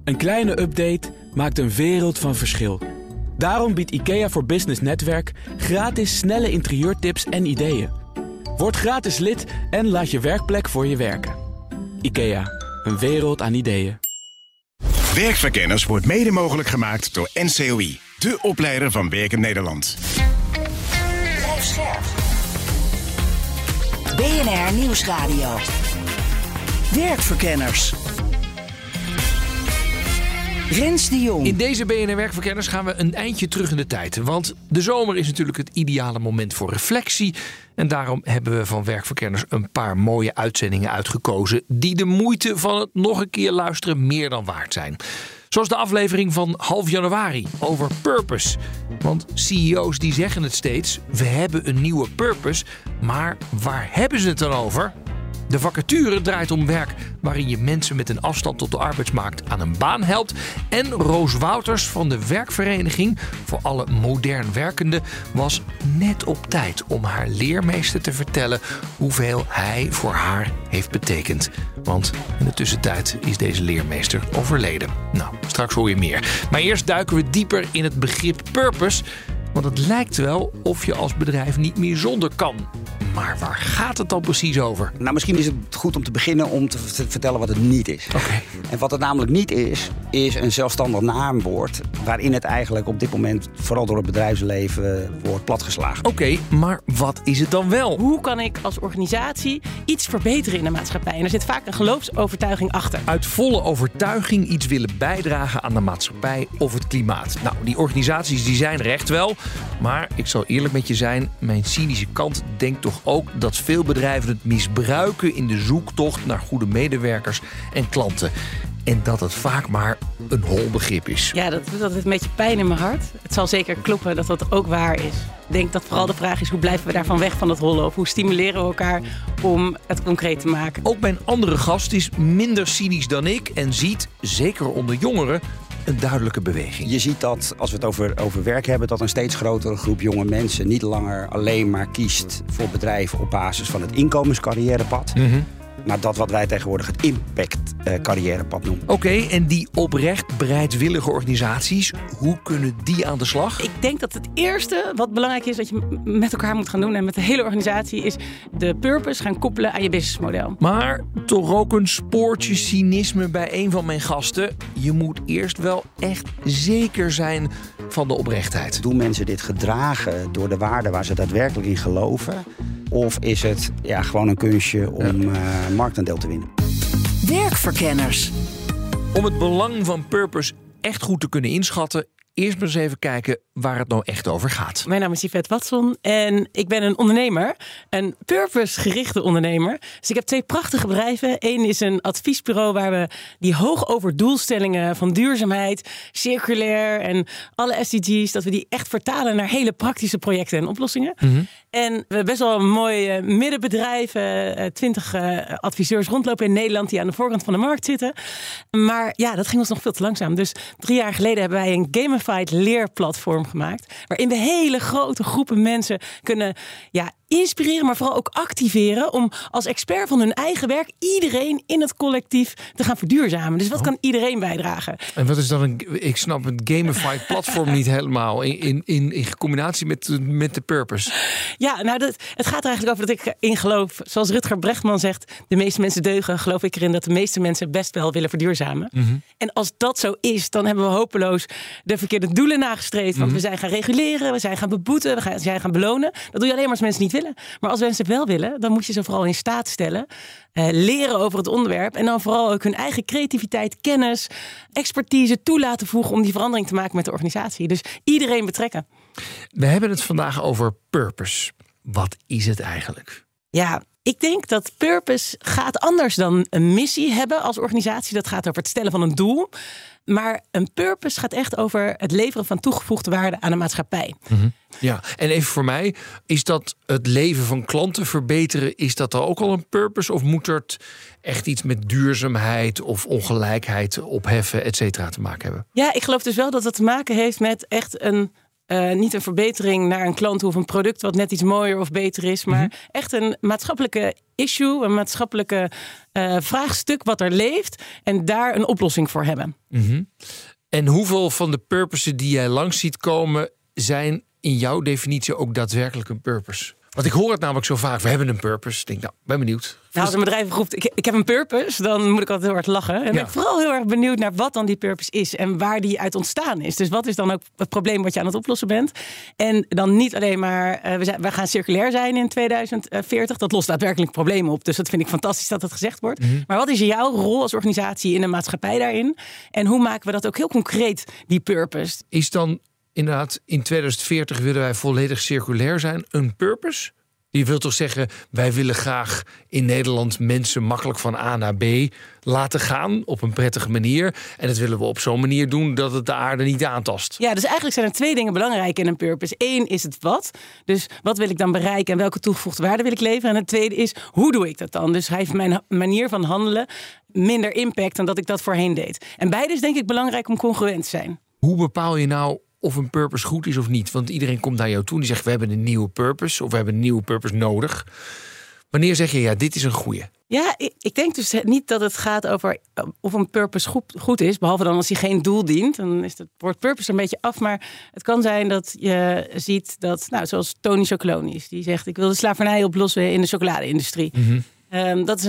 Een kleine update maakt een wereld van verschil. Daarom biedt IKEA voor Business Netwerk gratis snelle interieurtips en ideeën. Word gratis lid en laat je werkplek voor je werken. IKEA, een wereld aan ideeën. Werkverkenners wordt mede mogelijk gemaakt door NCOI, de opleider van Werken Nederland. Blijf scherp. BNR Nieuwsradio. Werkverkenners. Rens de Jong. In deze BNR Werkverkenners gaan we een eindje terug in de tijd. Want de zomer is natuurlijk het ideale moment voor reflectie. En daarom hebben we van Werkverkenners een paar mooie uitzendingen uitgekozen die de moeite van het nog een keer luisteren meer dan waard zijn. Zoals de aflevering van half januari over purpose. Want CEO's die zeggen het steeds, we hebben een nieuwe purpose. Maar waar hebben ze het dan over? De vacature draait om werk waarin je mensen met een afstand tot de arbeidsmarkt aan een baan helpt. En Roos Wouters van de werkvereniging voor alle modern werkenden was net op tijd om haar leermeester te vertellen hoeveel hij voor haar heeft betekend. Want in de tussentijd is deze leermeester overleden. Nou, straks hoor je meer. Maar eerst duiken we dieper in het begrip purpose. Want het lijkt wel of je als bedrijf niet meer zonder kan. Maar waar gaat het dan precies over? Nou, misschien is het goed om te beginnen om te vertellen wat het niet is. Okay. En wat het namelijk niet is een zelfstandig naamwoord waarin het eigenlijk op dit moment vooral door het bedrijfsleven wordt platgeslagen. Oké, maar wat is het dan wel? Hoe kan ik als organisatie iets verbeteren in de maatschappij? En er zit vaak een geloofsovertuiging achter. Uit volle overtuiging iets willen bijdragen aan de maatschappij of het klimaat. Nou, die organisaties die zijn er echt wel. Maar ik zal eerlijk met je zijn, mijn cynische kant denkt toch ook dat veel bedrijven het misbruiken in de zoektocht naar goede medewerkers en klanten. En dat het vaak maar een hol begrip is. Ja, dat doet altijd een beetje pijn in mijn hart. Het zal zeker kloppen dat dat ook waar is. Ik denk dat vooral de vraag is, hoe blijven we daarvan weg van het hollen? Of hoe stimuleren we elkaar om het concreet te maken? Ook mijn andere gast is minder cynisch dan ik en ziet, zeker onder jongeren, een duidelijke beweging. Je ziet dat, als we het over werk hebben, dat een steeds grotere groep jonge mensen niet langer alleen maar kiest voor bedrijven op basis van het inkomenscarrièrepad. Mm-hmm. Maar dat wat wij tegenwoordig het impact-carrièrepad noemen. Oké, en die oprecht bereidwillige organisaties, hoe kunnen die aan de slag? Ik denk dat het eerste wat belangrijk is dat je met elkaar moet gaan doen en met de hele organisatie is de purpose gaan koppelen aan je businessmodel. Maar toch ook een spoortje cynisme bij een van mijn gasten. Je moet eerst wel echt zeker zijn van de oprechtheid. Doen mensen dit gedragen door de waarden waar ze daadwerkelijk in geloven? Of is het gewoon een kunstje om marktaandeel te winnen? Werkverkenners. Om het belang van purpose echt goed te kunnen inschatten, eerst maar eens even kijken waar het nou echt over gaat. Mijn naam is Yvette Watson en ik ben een ondernemer. Een purpose-gerichte ondernemer. Dus ik heb 2 prachtige bedrijven. Eén is een adviesbureau waar we die hoog over doelstellingen van duurzaamheid, circulair en alle SDG's, dat we die echt vertalen naar hele praktische projecten en oplossingen. Mm-hmm. En we hebben best wel een mooi middenbedrijf. 20 adviseurs rondlopen in Nederland die aan de voorkant van de markt zitten. Maar ja, dat ging ons nog veel te langzaam. Dus 3 jaar geleden hebben wij een gamified leerplatform gemaakt, waarin we hele grote groepen mensen kunnen inspireren, maar vooral ook activeren om als expert van hun eigen werk iedereen in het collectief te gaan verduurzamen. Dus wat kan iedereen bijdragen? En wat is dan ik snap het gamified platform niet helemaal in combinatie met de purpose. Ja, nou, het gaat er eigenlijk over dat ik in geloof, zoals Rutger Bregman zegt, de meeste mensen deugen, geloof ik erin dat de meeste mensen best wel willen verduurzamen. Mm-hmm. En als dat zo is, dan hebben we hopeloos de verkeerde doelen nagestreefd. Want we zijn gaan reguleren, we zijn gaan beboeten, we zijn gaan belonen. Dat doe je alleen maar als mensen niet willen. Maar als mensen het wel willen, dan moet je ze vooral in staat stellen. Leren over het onderwerp. En dan vooral ook hun eigen creativiteit, kennis, expertise toe laten voegen om die verandering te maken met de organisatie. Dus iedereen betrekken. We hebben het vandaag over purpose. Wat is het eigenlijk? Ja, ik denk dat purpose gaat anders dan een missie hebben als organisatie. Dat gaat over het stellen van een doel. Maar een purpose gaat echt over het leveren van toegevoegde waarde aan de maatschappij. Mm-hmm. Ja, en even voor mij, is dat het leven van klanten verbeteren, is dat er ook al een purpose? Of moet het echt iets met duurzaamheid of ongelijkheid opheffen, et cetera, te maken hebben? Ja, ik geloof dus wel dat het te maken heeft met echt een niet een verbetering naar een klant of een product wat net iets mooier of beter is, maar echt een maatschappelijke issue, een maatschappelijke vraagstuk wat er leeft en daar een oplossing voor hebben. En hoeveel van de purposes die jij langs ziet komen zijn in jouw definitie ook daadwerkelijk een purpose? Want ik hoor het namelijk zo vaak, we hebben een purpose. Ik denk, ben benieuwd. Nou, als een bedrijf roept, ik heb een purpose, dan moet ik altijd heel hard lachen. En ben ik vooral heel erg benieuwd naar wat dan die purpose is en waar die uit ontstaan is. Dus wat is dan ook het probleem wat je aan het oplossen bent? En dan niet alleen maar, we gaan circulair zijn in 2040. Dat lost daadwerkelijk problemen op. Dus dat vind ik fantastisch dat het gezegd wordt. Maar wat is jouw rol als organisatie in de maatschappij daarin? En hoe maken we dat ook heel concreet, die purpose? Is dan inderdaad, in 2040 willen wij volledig circulair zijn. Een purpose? Je wilt toch zeggen, wij willen graag in Nederland mensen makkelijk van A naar B laten gaan op een prettige manier. En dat willen we op zo'n manier doen dat het de aarde niet aantast. Ja, dus eigenlijk zijn er 2 dingen belangrijk in een purpose. 1 is het wat. Dus wat wil ik dan bereiken en welke toegevoegde waarde wil ik leveren? En het tweede is, hoe doe ik dat dan? Dus heeft mijn manier van handelen minder impact dan dat ik dat voorheen deed. En beide is denk ik belangrijk om congruent te zijn. Hoe bepaal je nou of een purpose goed is of niet? Want iedereen komt naar jou toe en die zegt, we hebben een nieuwe purpose of we hebben een nieuwe purpose nodig. Wanneer zeg je, ja, dit is een goeie? Ja, ik denk dus niet dat het gaat over of een purpose goed is, behalve dan als hij geen doel dient. Dan is het woord purpose een beetje af. Maar het kan zijn dat je ziet dat, zoals Tony Chocolonely is, die zegt, ik wil de slavernij oplossen in de chocolade-industrie. Dat is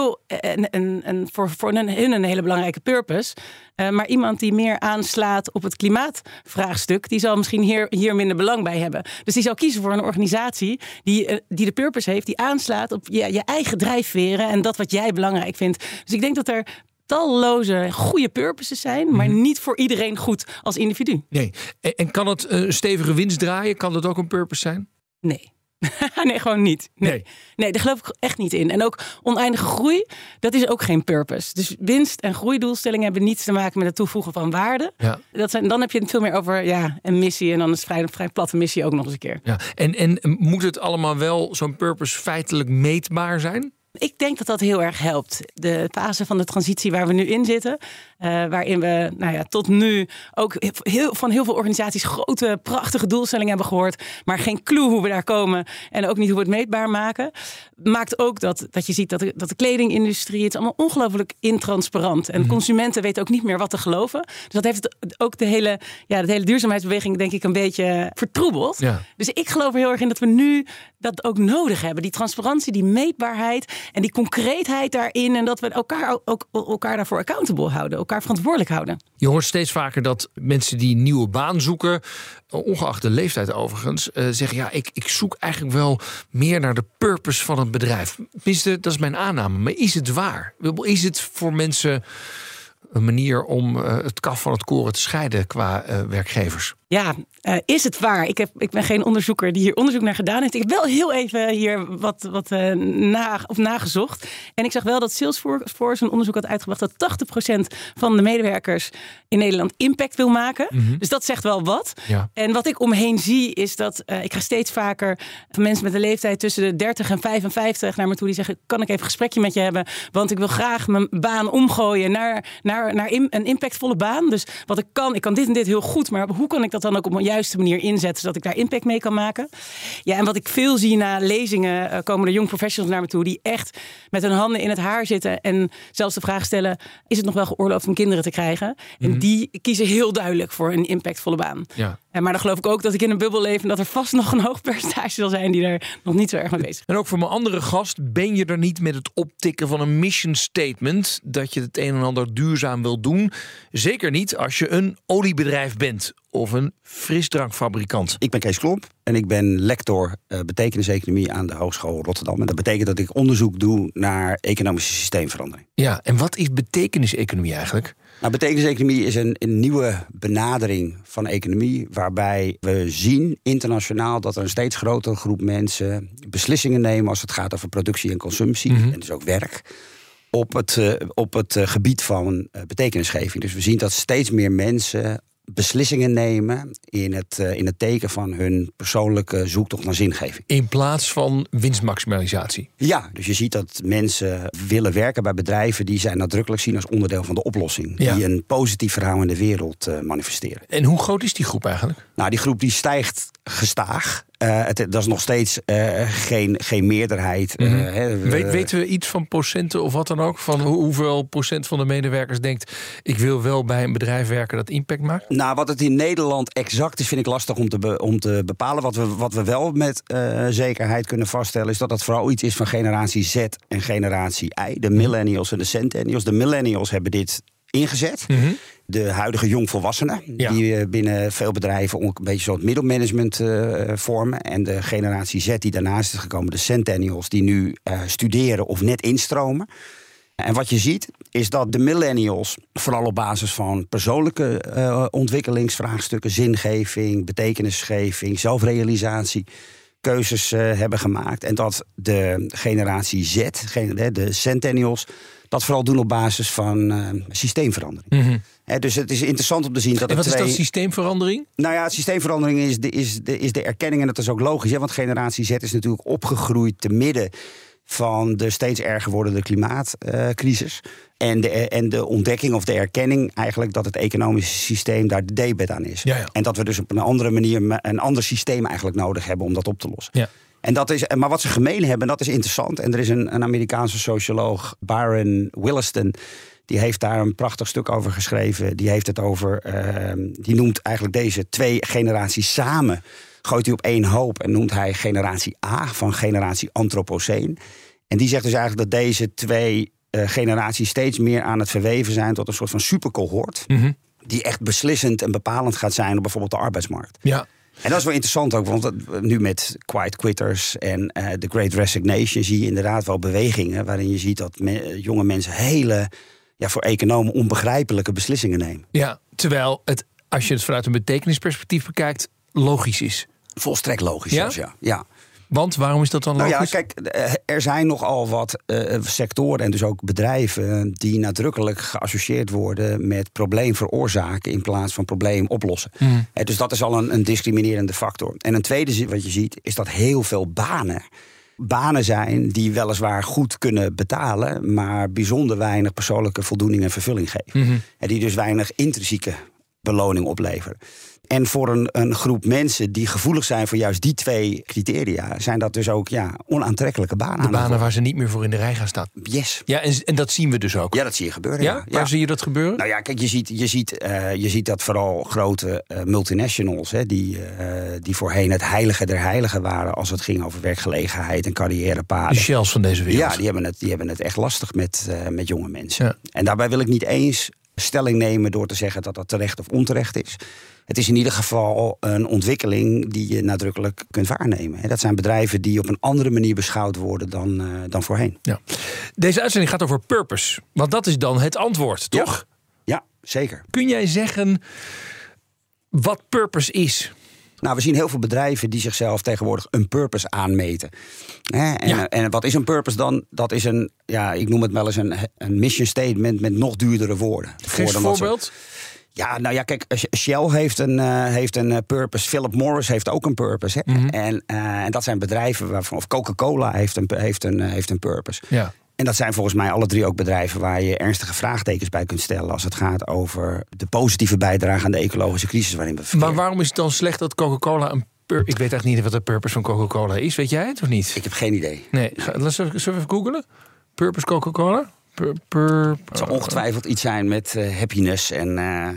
voor hun een hele belangrijke purpose. Maar iemand die meer aanslaat op het klimaatvraagstuk, die zal misschien hier minder belang bij hebben. Dus die zal kiezen voor een organisatie die de purpose heeft, die aanslaat op je eigen drijfveren en dat wat jij belangrijk vindt. Dus ik denk dat er talloze goede purposes zijn, maar niet voor iedereen goed als individu. Nee. En kan het stevige winst draaien? Kan dat ook een purpose zijn? Nee. Nee, gewoon niet. Nee, daar geloof ik echt niet in. En ook oneindige groei, dat is ook geen purpose. Dus winst- en groeidoelstellingen hebben niets te maken met het toevoegen van waarde. Ja. Dan heb je het veel meer over een missie. En dan is het vrij platte missie ook nog eens een keer. Ja. En moet het allemaal wel zo'n purpose feitelijk meetbaar zijn? Ik denk dat dat heel erg helpt. De fase van de transitie waar we nu in zitten, waarin we tot nu ook van heel veel organisaties grote, prachtige doelstellingen hebben gehoord, maar geen clue hoe we daar komen en ook niet hoe we het meetbaar maken, maakt ook dat je ziet dat de kledingindustrie, het is allemaal ongelooflijk intransparant. En consumenten weten ook niet meer wat te geloven. Dus dat heeft ook de hele duurzaamheidsbeweging, denk ik, een beetje vertroebeld. Ja. Dus ik geloof er heel erg in dat we nu dat ook nodig hebben. Die transparantie, die meetbaarheid en die concreetheid daarin. En dat we elkaar daarvoor accountable houden. Elkaar verantwoordelijk houden. Je hoort steeds vaker dat mensen die een nieuwe baan zoeken, ongeacht de leeftijd overigens, zeggen, ik zoek eigenlijk wel meer naar de purpose van het bedrijf. Tenminste, dat is mijn aanname. Maar is het waar? Is het voor mensen een manier om het kaf van het koren te scheiden qua werkgevers? Ja, is het waar? Ik ben geen onderzoeker die hier onderzoek naar gedaan heeft. Ik heb wel heel even hier wat nagezocht. En ik zag wel dat Salesforce een onderzoek had uitgebracht dat 80% van de medewerkers in Nederland impact wil maken. Dus dat zegt wel wat. Ja. En wat ik omheen zie is dat ik ga steeds vaker van mensen met een leeftijd tussen de 30 en 55 naar me toe die zeggen, kan ik even een gesprekje met je hebben? Want ik wil graag mijn baan omgooien naar een impactvolle baan. Dus wat ik kan dit en dit heel goed, maar hoe kan ik dat dan ook op een juiste manier inzetten, zodat ik daar impact mee kan maken? Ja, en wat ik veel zie na lezingen, komen er young professionals naar me toe die echt met hun handen in het haar zitten en zelfs de vraag stellen, is het nog wel geoorloofd om kinderen te krijgen? En die kiezen heel duidelijk voor een impactvolle baan. Ja. Maar dan geloof ik ook dat ik in een bubbel leef en dat er vast nog een hoog percentage zal zijn die er nog niet zo erg mee bezig is. En ook voor mijn andere gast, ben je er niet met het optikken van een mission statement dat je het een en ander duurzaam wil doen? Zeker niet als je een oliebedrijf bent of een frisdrankfabrikant. Ik ben Kees Klomp en ik ben lector betekeniseconomie aan de Hogeschool Rotterdam. En dat betekent dat ik onderzoek doe naar economische systeemverandering. Ja, en wat is betekeniseconomie eigenlijk? Nou, betekeniseconomie is een nieuwe benadering van economie, waarbij we zien internationaal dat er een steeds grotere groep mensen beslissingen nemen als het gaat over productie en consumptie, en dus ook werk, op het gebied van betekenisgeving. Dus we zien dat steeds meer mensen beslissingen nemen in het teken van hun persoonlijke zoektocht naar zingeving. In plaats van winstmaximalisatie. Ja, dus je ziet dat mensen willen werken bij bedrijven die zij nadrukkelijk zien als onderdeel van de oplossing. Ja. Die een positief verhaal in de wereld manifesteren. En hoe groot is die groep eigenlijk? Nou, die groep die stijgt gestaag. Dat is nog steeds geen meerderheid. Weten we iets van procenten of wat dan ook? Van hoeveel procent van de medewerkers denkt... ik wil wel bij een bedrijf werken dat impact maakt? Nou, wat het in Nederland exact is, vind ik lastig om te bepalen. Wat we wel met zekerheid kunnen vaststellen... is dat het vooral iets is van generatie Z en generatie Y. De millennials en de centennials. De millennials hebben dit ingezet. Mm-hmm. De huidige jongvolwassenen, die binnen veel bedrijven een beetje zo het middelmanagement vormen. En de generatie Z die daarnaast is gekomen, de centennials, die nu studeren of net instromen. En wat je ziet, is dat de millennials vooral op basis van persoonlijke ontwikkelingsvraagstukken, zingeving, betekenisgeving, zelfrealisatie, keuzes hebben gemaakt. En dat de generatie Z, de centennials, dat vooral doen op basis van systeemverandering. Mm-hmm. Dus het is interessant om te zien dat... En wat is dat, systeemverandering? Nou ja, systeemverandering is de erkenning, en dat is ook logisch. Want generatie Z is natuurlijk opgegroeid te midden van de steeds erger wordende klimaatcrisis. En de ontdekking of de erkenning eigenlijk dat het economische systeem daar de debet aan is. Ja. En dat we dus op een andere manier een ander systeem eigenlijk nodig hebben om dat op te lossen. Ja. Maar wat ze gemeen hebben, dat is interessant. En er is een Amerikaanse socioloog, Byron Williston, die heeft daar een prachtig stuk over geschreven. Die heeft het over, die noemt eigenlijk deze twee generaties samen, gooit hij op één hoop en noemt hij generatie A van generatie Anthropoceen. En die zegt dus eigenlijk dat deze twee generaties steeds meer aan het verweven zijn tot een soort van supercohort, mm-hmm, die echt beslissend en bepalend gaat zijn op bijvoorbeeld de arbeidsmarkt. Ja. En dat is wel interessant ook, want nu met Quiet Quitters en The Great Resignation zie je inderdaad wel bewegingen waarin je ziet dat jonge mensen hele, voor economen onbegrijpelijke beslissingen nemen. Ja, terwijl het, als je het vanuit een betekenisperspectief bekijkt, logisch is. Volstrekt logisch zelfs, ja. Want waarom is dat dan logisch? Nou ja, kijk, er zijn nogal wat sectoren en dus ook bedrijven die nadrukkelijk geassocieerd worden met probleem veroorzaken in plaats van probleem oplossen. Mm. Dus dat is al een discriminerende factor. En een tweede wat je ziet is dat heel veel banen zijn die weliswaar goed kunnen betalen, maar bijzonder weinig persoonlijke voldoening en vervulling geven. Mm-hmm. En die dus weinig intrinsieke beloning opleveren. En voor een groep mensen die gevoelig zijn voor juist die twee criteria, zijn dat dus ook onaantrekkelijke banen. De banen waar ze niet meer voor in de rij gaan staan. Yes. Ja, en dat zien we dus ook. Ja, dat zie je gebeuren. Ja? Waar zie je dat gebeuren? Nou ja, kijk, je ziet dat vooral grote multinationals, die voorheen het heilige der heiligen waren als het ging over werkgelegenheid en carrièrepaden. De Shells van deze wereld. Ja, die hebben het echt lastig met jonge mensen. Ja. En daarbij wil ik niet eens stelling nemen door te zeggen dat dat terecht of onterecht is. Het is in ieder geval een ontwikkeling die je nadrukkelijk kunt waarnemen. Dat zijn bedrijven die op een andere manier beschouwd worden dan voorheen. Ja. Deze uitzending gaat over purpose. Want dat is dan het antwoord, toch? Ja, zeker. Kun jij zeggen wat purpose is? Nou, we zien heel veel bedrijven die zichzelf tegenwoordig een purpose aanmeten. En wat is een purpose dan? Dat is ik noem het wel eens een mission statement met nog duurdere woorden. Geef een voorbeeld. Ja, nou ja, kijk, Shell heeft een purpose. Philip Morris heeft ook een purpose. Hè? Mm-hmm. En dat zijn bedrijven waarvan, of Coca-Cola heeft een purpose. Ja. En dat zijn volgens mij alle drie ook bedrijven waar je ernstige vraagtekens bij kunt stellen als het gaat over de positieve bijdrage aan de ecologische crisis waarin we verkeren. Maar waarom is het dan slecht dat Coca-Cola een purpose... Ik weet eigenlijk niet wat de purpose van Coca-Cola is. Weet jij het of niet? Ik heb geen idee. Nee, zullen we even googlen? Purpose Coca-Cola? Het zal ongetwijfeld iets zijn met happiness en...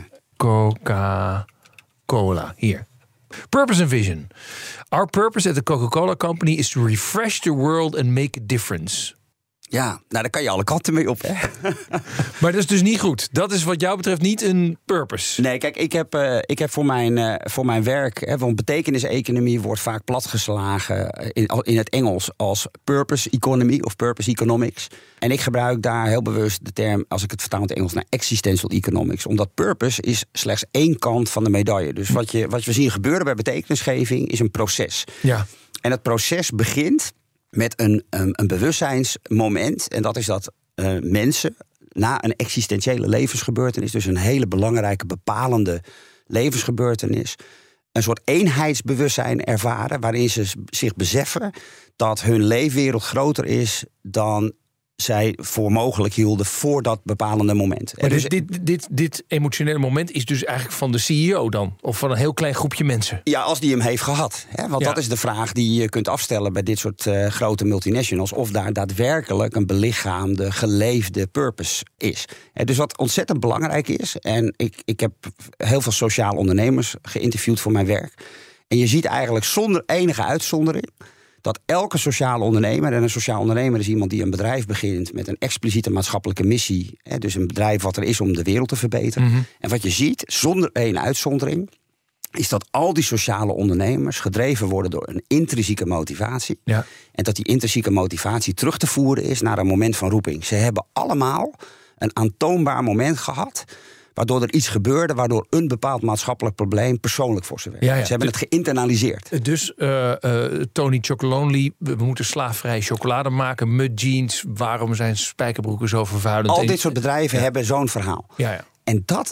Coca-Cola, hier. Purpose and vision. Our purpose at the Coca-Cola Company is to refresh the world and make a difference. Ja, nou daar kan je alle kanten mee op, hè? Maar dat is dus niet goed. Dat is wat jou betreft niet een purpose. Nee, kijk, ik heb voor mijn werk... want betekenis-economie wordt vaak platgeslagen in het Engels als purpose economy of purpose economics. En ik gebruik daar heel bewust de term, als ik het vertaal in het Engels, naar existential economics. Omdat purpose is slechts één kant van de medaille. Dus wat we zien gebeuren bij betekenisgeving is een proces. Ja. En het proces begint met een bewustzijnsmoment. En dat is dat mensen na een existentiële levensgebeurtenis, dus een hele belangrijke, bepalende levensgebeurtenis, een soort eenheidsbewustzijn ervaren, waarin ze zich beseffen dat hun leefwereld groter is dan zij voor mogelijk hielden voor dat bepalende moment. Maar dus dit emotionele moment is dus eigenlijk van de CEO dan? Of van een heel klein groepje mensen? Ja, als die hem heeft gehad. Hè? Want dat is de vraag die je kunt afstellen bij dit soort grote multinationals. Of daar daadwerkelijk een belichaamde, geleefde purpose is. Dus wat ontzettend belangrijk is. En ik heb heel veel sociaal ondernemers geïnterviewd voor mijn werk. En je ziet eigenlijk zonder enige uitzondering dat elke sociale ondernemer, en een sociaal ondernemer is iemand die een bedrijf begint met een expliciete maatschappelijke missie. Dus een bedrijf wat er is om de wereld te verbeteren. Mm-hmm. En wat je ziet, zonder één uitzondering, is dat al die sociale ondernemers gedreven worden door een intrinsieke motivatie. Ja. En dat die intrinsieke motivatie terug te voeren is naar een moment van roeping. Ze hebben allemaal een aantoonbaar moment gehad waardoor er iets gebeurde, waardoor een bepaald maatschappelijk probleem persoonlijk voor ze werd. Ja. Ze hebben het geïnternaliseerd. Dus Tony Chocolonely, we moeten slaafvrij chocolade maken, Mud Jeans, waarom zijn spijkerbroeken zo vervuilend? Al dit soort bedrijven hebben zo'n verhaal. Ja. En dat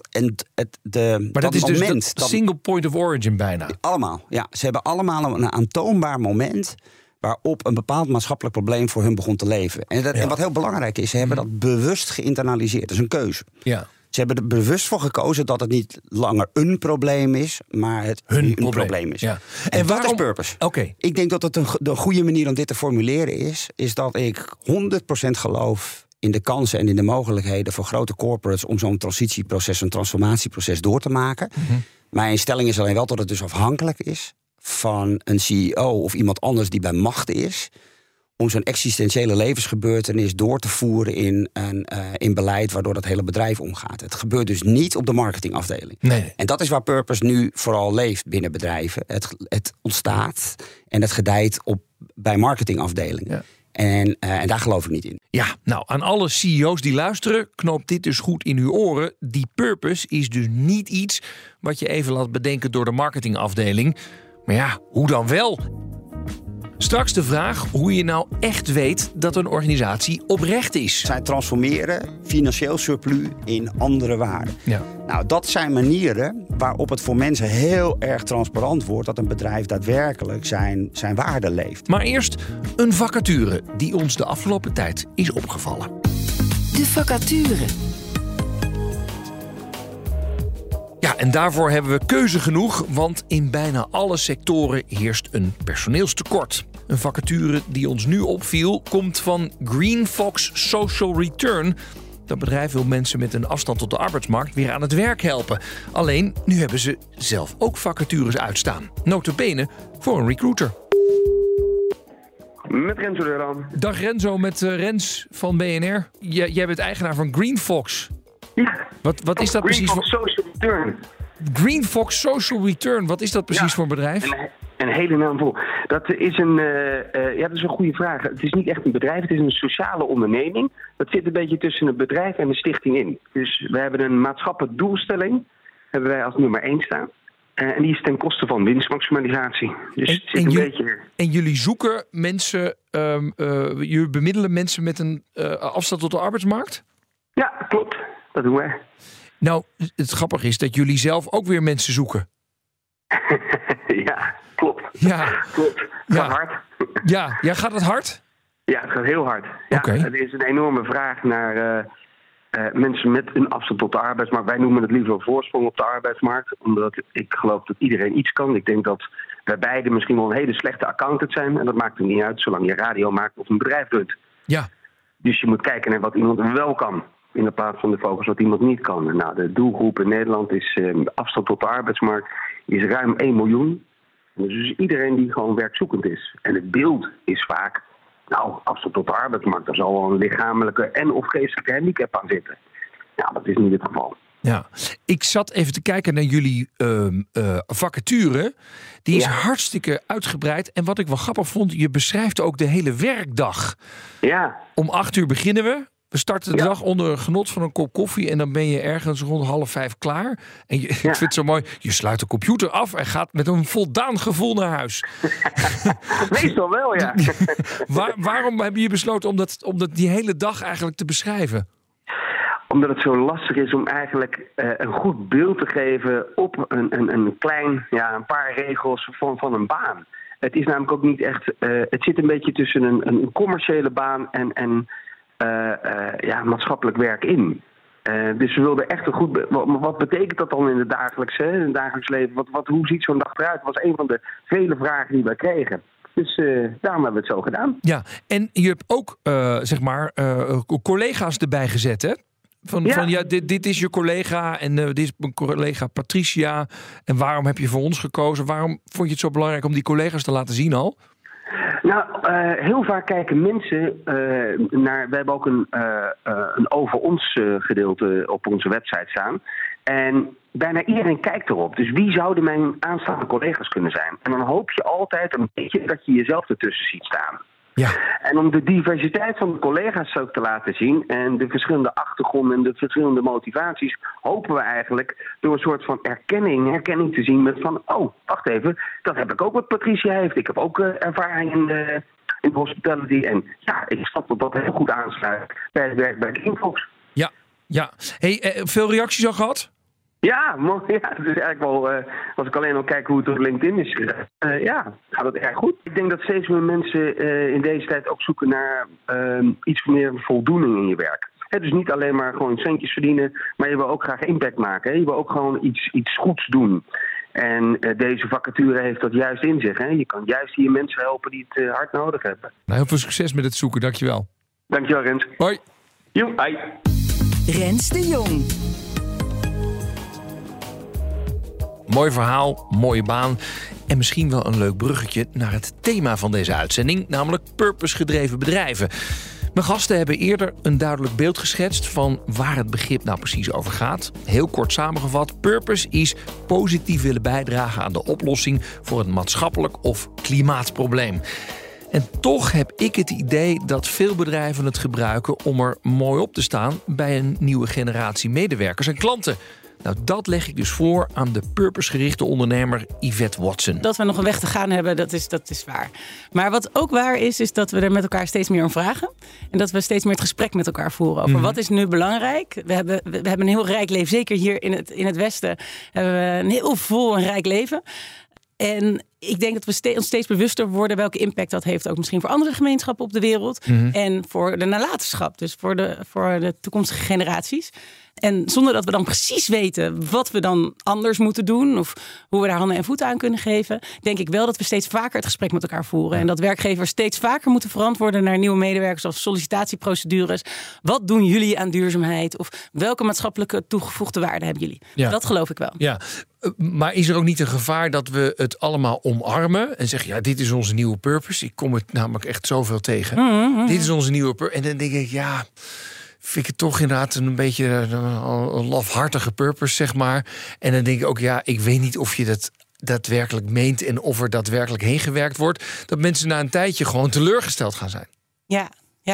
maar dat is moment, dus dat single point of origin bijna. Allemaal, ja. Ze hebben allemaal een aantoonbaar moment waarop een bepaald maatschappelijk probleem voor hun begon te leven. En wat heel belangrijk is, ze hebben dat bewust geïnternaliseerd. Dat is een keuze. Ja. Ze hebben er bewust voor gekozen dat het niet langer een probleem is, maar het een probleem is. Ja. En wat is purpose? Okay. Ik denk dat het de goede manier om dit te formuleren is dat ik 100% geloof in de kansen en in de mogelijkheden voor grote corporates om zo'n transitieproces, een transformatieproces door te maken. Mm-hmm. Mijn stelling is alleen wel dat het dus afhankelijk is van een CEO of iemand anders die bij macht is om zo'n existentiële levensgebeurtenis door te voeren in beleid waardoor dat hele bedrijf omgaat. Het gebeurt dus niet op de marketingafdeling. Nee. En dat is waar purpose nu vooral leeft binnen bedrijven. Het ontstaat en het gedijt bij marketingafdelingen. Ja. En daar geloof ik niet in. Ja, nou, aan alle CEO's die luisteren, knoopt dit dus goed in uw oren. Die purpose is dus niet iets wat je even laat bedenken door de marketingafdeling. Maar ja, hoe dan wel? Straks de vraag hoe je nou echt weet dat een organisatie oprecht is. Zij transformeren financieel surplus in andere waarden. Ja. Nou, dat zijn manieren waarop het voor mensen heel erg transparant wordt dat een bedrijf daadwerkelijk zijn waarde leeft. Maar eerst een vacature die ons de afgelopen tijd is opgevallen. De vacature. Ja, en daarvoor hebben we keuze genoeg, want in bijna alle sectoren heerst een personeelstekort. Een vacature die ons nu opviel komt van Green Fox Social Return. Dat bedrijf wil mensen met een afstand tot de arbeidsmarkt weer aan het werk helpen. Alleen, nu hebben ze zelf ook vacatures uitstaan. Nota bene voor een recruiter. Met Renzo Deurdan. Dag Renzo, met Rens van BNR. Jij bent eigenaar van Green Fox. Ja. Wat is dat precies voor... Green Fox Social Return. Green Fox Social Return, wat is dat precies voor een bedrijf? Een hele naam vol. Dat is dat is een goede vraag. Het is niet echt een bedrijf, het is een sociale onderneming. Dat zit een beetje tussen een bedrijf en een stichting in. Dus we hebben een maatschappelijke doelstelling, hebben wij als nummer 1 staan. En die is ten koste van winstmaximalisatie. Dus het zit een beetje... En jullie zoeken mensen, jullie bemiddelen mensen met een afstand tot de arbeidsmarkt? Ja, klopt. Dat doen wij. Nou, het grappige is dat jullie zelf ook weer mensen zoeken. Ja, klopt. Ja. Klopt. Het gaat hard. Ja, gaat het hard? Ja, het gaat heel hard. Ja, okay. Er is een enorme vraag naar mensen met een afstand tot de arbeidsmarkt. Wij noemen het liever voorsprong op de arbeidsmarkt. Omdat ik geloof dat iedereen iets kan. Ik denk dat wij beiden misschien wel een hele slechte accountant zijn. En dat maakt er niet uit, zolang je radio maakt of een bedrijf doet. Ja. Dus je moet kijken naar wat iemand wel kan. In de plaats van de focus wat iemand niet kan. Nou, de doelgroep in Nederland is afstand tot de arbeidsmarkt is ruim 1 miljoen. Dus iedereen die gewoon werkzoekend is. En het beeld is vaak, afstand tot de arbeidsmarkt, daar zal wel een lichamelijke en of geestelijke handicap aan zitten. Ja, dat is niet het geval. Ja, ik zat even te kijken naar jullie vacature. Die is hartstikke uitgebreid. En wat ik wel grappig vond, je beschrijft ook de hele werkdag. Ja. Om 8:00 beginnen we. We starten de dag onder genot van een kop koffie en dan ben je ergens rond 4:30 klaar. En ik vind het zo mooi, je sluit de computer af en gaat met een voldaan gevoel naar huis. Meestal wel, ja. Waarom heb je besloten om die hele dag eigenlijk te beschrijven? Omdat het zo lastig is om eigenlijk een goed beeld te geven op een paar regels van een baan. Het is namelijk ook niet echt... het zit een beetje tussen een commerciële baan en maatschappelijk werk in. Dus we wilden echt een goed... Wat betekent dat dan in het dagelijks leven? Hoe ziet zo'n dag eruit? Dat was een van de vele vragen die wij kregen. Dus daarom hebben we het zo gedaan. Ja, en je hebt ook collega's erbij gezet, hè? Dit is je collega en dit is mijn collega Patricia. En waarom heb je voor ons gekozen? Waarom vond je het zo belangrijk om die collega's te laten zien al? Nou, heel vaak kijken mensen naar... We hebben ook een over ons gedeelte op onze website staan. En bijna iedereen kijkt erop. Dus wie zouden mijn aanstaande collega's kunnen zijn? En dan hoop je altijd een beetje dat je jezelf ertussen ziet staan. Ja. En om de diversiteit van de collega's ook te laten zien... en de verschillende achtergronden en de verschillende motivaties... hopen we eigenlijk door een soort van herkenning te zien met van... oh, wacht even, dat heb ik ook wat Patricia heeft. Ik heb ook ervaring in de hospitality. En ja, ik snap dat heel goed aansluit bij het werk bij de Infox. Ja. Hey, veel reacties al gehad? Ja, het is eigenlijk wel... als ik alleen al kijk hoe het op LinkedIn is... gaat het erg goed. Ik denk dat steeds meer mensen in deze tijd ook zoeken naar iets meer voldoening in je werk. Dus niet alleen maar gewoon centjes verdienen, maar je wil ook graag impact maken. Hè? Je wil ook gewoon iets goeds doen. En deze vacature heeft dat juist in zich. Hè? Je kan juist hier mensen helpen die het hard nodig hebben. Nou, heel veel succes met het zoeken, dankjewel. Dankjewel, Rens. Hoi. Hoi. Rens de Jong. Mooi verhaal, mooie baan en misschien wel een leuk bruggetje naar het thema van deze uitzending, namelijk purpose-gedreven bedrijven. Mijn gasten hebben eerder een duidelijk beeld geschetst van waar het begrip nou precies over gaat. Heel kort samengevat, purpose is positief willen bijdragen aan de oplossing voor een maatschappelijk of klimaatprobleem. En toch heb ik het idee dat veel bedrijven het gebruiken om er mooi op te staan bij een nieuwe generatie medewerkers en klanten. Nou, dat leg ik dus voor aan de purpose-gerichte ondernemer Yvette Watson. Dat we nog een weg te gaan hebben, dat is waar. Maar wat ook waar is dat we er met elkaar steeds meer om vragen. En dat we steeds meer het gesprek met elkaar voeren over wat is nu belangrijk. We hebben een heel rijk leven, zeker hier in het Westen. Hebben we een heel vol en rijk leven. En ik denk dat we ons steeds bewuster worden welke impact dat heeft ook misschien voor andere gemeenschappen op de wereld. En voor de nalatenschap, dus voor de toekomstige generaties. En zonder dat we dan precies weten wat we dan anders moeten doen of hoe we daar handen en voeten aan kunnen geven, denk ik wel dat we steeds vaker het gesprek met elkaar voeren. En dat werkgevers steeds vaker moeten verantwoorden naar nieuwe medewerkers of sollicitatieprocedures. Wat doen jullie aan duurzaamheid? Of welke maatschappelijke toegevoegde waarde hebben jullie? Ja. Dat geloof ik wel. Ja. Maar is er ook niet een gevaar dat we het allemaal omarmen en zeggen, ja, dit is onze nieuwe purpose. Ik kom het namelijk echt zoveel tegen. Dit is onze nieuwe purpose. En dan denk ik, ja, vind ik het toch inderdaad een beetje een lafhartige purpose, zeg maar. En dan denk ik ook, ja, ik weet niet of je dat daadwerkelijk meent en of er daadwerkelijk heen gewerkt wordt. Dat mensen na een tijdje gewoon teleurgesteld gaan zijn. Ja.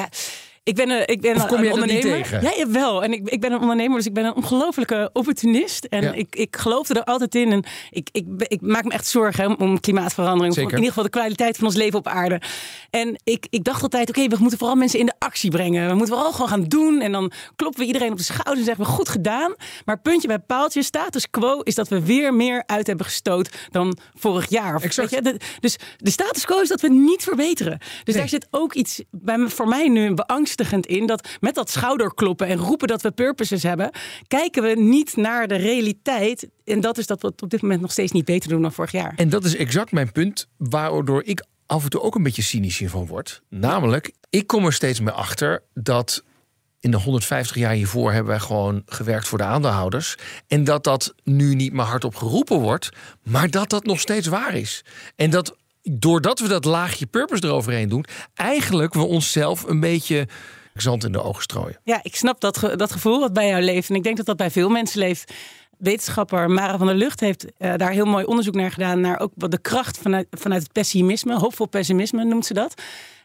Ik ben of kom je een ondernemer. Niet tegen? Ja, jawel. En ik ben een ondernemer, dus ik ben een ongelofelijke opportunist. En ik geloofde er altijd in. En ik maak me echt zorgen om klimaatverandering. Of in ieder geval de kwaliteit van ons leven op aarde. En ik dacht altijd, oké, we moeten vooral mensen in de actie brengen. We moeten vooral gewoon gaan doen. En dan kloppen we iedereen op de schouder en zeggen we goed gedaan. Maar puntje bij paaltje, status quo, is dat we weer meer uit hebben gestoot dan vorig jaar. Exact. Weet je? Dus de status quo is dat we niet verbeteren. Dus daar zit ook iets voor mij nu beangstigend in, dat met dat schouderkloppen en roepen dat we purposes hebben, kijken we niet naar de realiteit. En dat is dat we het op dit moment nog steeds niet beter doen dan vorig jaar. En dat is exact mijn punt, waardoor ik af en toe ook een beetje cynisch hiervan word. Namelijk, ik kom er steeds meer achter dat in de 150 jaar hiervoor hebben wij gewoon gewerkt voor de aandeelhouders. En dat nu niet meer hardop geroepen wordt, maar dat nog steeds waar is. En dat doordat we dat laagje purpose eroverheen doen, eigenlijk we onszelf een beetje zand in de ogen strooien. Ja, ik snap dat gevoel wat bij jou leeft. En ik denk dat dat bij veel mensen leeft. Wetenschapper Mara van der Lugt heeft daar heel mooi onderzoek naar gedaan, naar ook wat de kracht vanuit het pessimisme, hoopvol pessimisme noemt ze dat.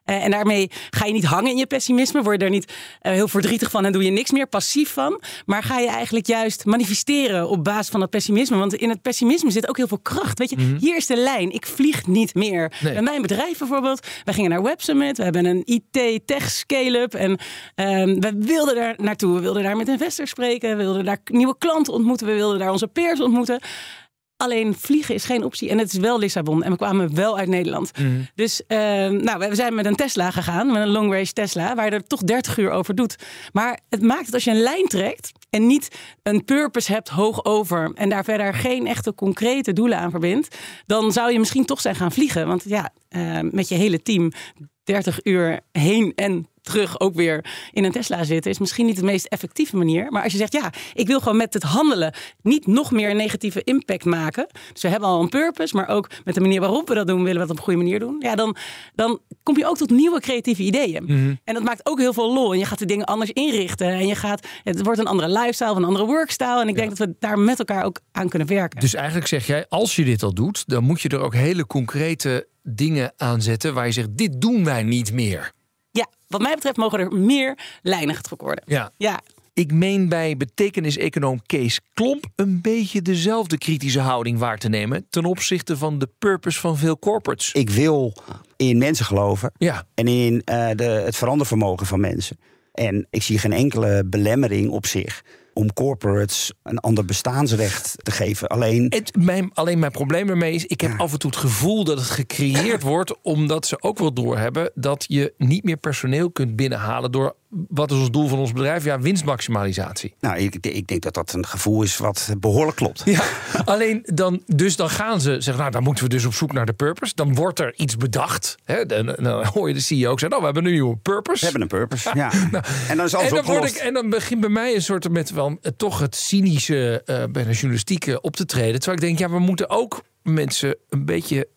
En daarmee ga je niet hangen in je pessimisme. Word je er niet heel verdrietig van en doe je niks meer passief van. Maar ga je eigenlijk juist manifesteren op basis van dat pessimisme. Want in het pessimisme zit ook heel veel kracht. Weet je, hier is de lijn. Ik vlieg niet meer. Nee. Bij mijn bedrijf bijvoorbeeld. Wij gingen naar Web Summit. We hebben een IT-tech scale-up. En we wilden daar naartoe. We wilden daar met investors spreken. We wilden daar nieuwe klanten ontmoeten. We wilden daar onze peers ontmoeten. Alleen vliegen is geen optie. En het is wel Lissabon. En we kwamen wel uit Nederland. Dus we zijn met een Tesla gegaan. Met een long range Tesla. Waar je er toch 30 uur over doet. Maar het maakt het als je een lijn trekt. En niet een purpose hebt hoog over. En daar verder geen echte concrete doelen aan verbindt. Dan zou je misschien toch zijn gaan vliegen. Want met je hele team 30 uur heen en terug ook weer in een Tesla zitten is misschien niet de meest effectieve manier. Maar als je zegt, ik wil gewoon met het handelen niet nog meer een negatieve impact maken. Dus we hebben al een purpose, maar ook met de manier waarop we dat doen, willen we dat op een goede manier doen. Ja, dan kom je ook tot nieuwe creatieve ideeën. En dat maakt ook heel veel lol. En je gaat de dingen anders inrichten. En het wordt een andere lifestyle, een andere workstyle. En ik denk dat we daar met elkaar ook aan kunnen werken. Dus eigenlijk zeg jij, als je dit al doet, dan moet je er ook hele concrete dingen aan zetten waar je zegt, dit doen wij niet meer. Ja, wat mij betreft mogen er meer lijnen getrokken worden. Ja. Ik meen bij betekenis-econoom Kees Klomp een beetje dezelfde kritische houding waar te nemen ten opzichte van de purpose van veel corporates. Ik wil in mensen geloven en in het verandervermogen van mensen. En ik zie geen enkele belemmering op zich om corporates een ander bestaansrecht te geven. Alleen mijn probleem ermee is, ik heb af en toe het gevoel dat het gecreëerd wordt, omdat ze ook wel doorhebben dat je niet meer personeel kunt binnenhalen door, wat is ons doel van ons bedrijf? Ja, winstmaximalisatie. Nou, ik denk dat dat een gevoel is wat behoorlijk klopt. Ja, alleen dan gaan ze zeggen, dan moeten we dus op zoek naar de purpose. Dan wordt er iets bedacht. Hè? Dan hoor je de CEO zeggen, we hebben nu een nieuwe purpose. We hebben een purpose, ja. En dan is alles opgelost. En dan begint bij mij een soort met wel toch het cynische bij de journalistiek op te treden. Terwijl ik denk, we moeten ook mensen een beetje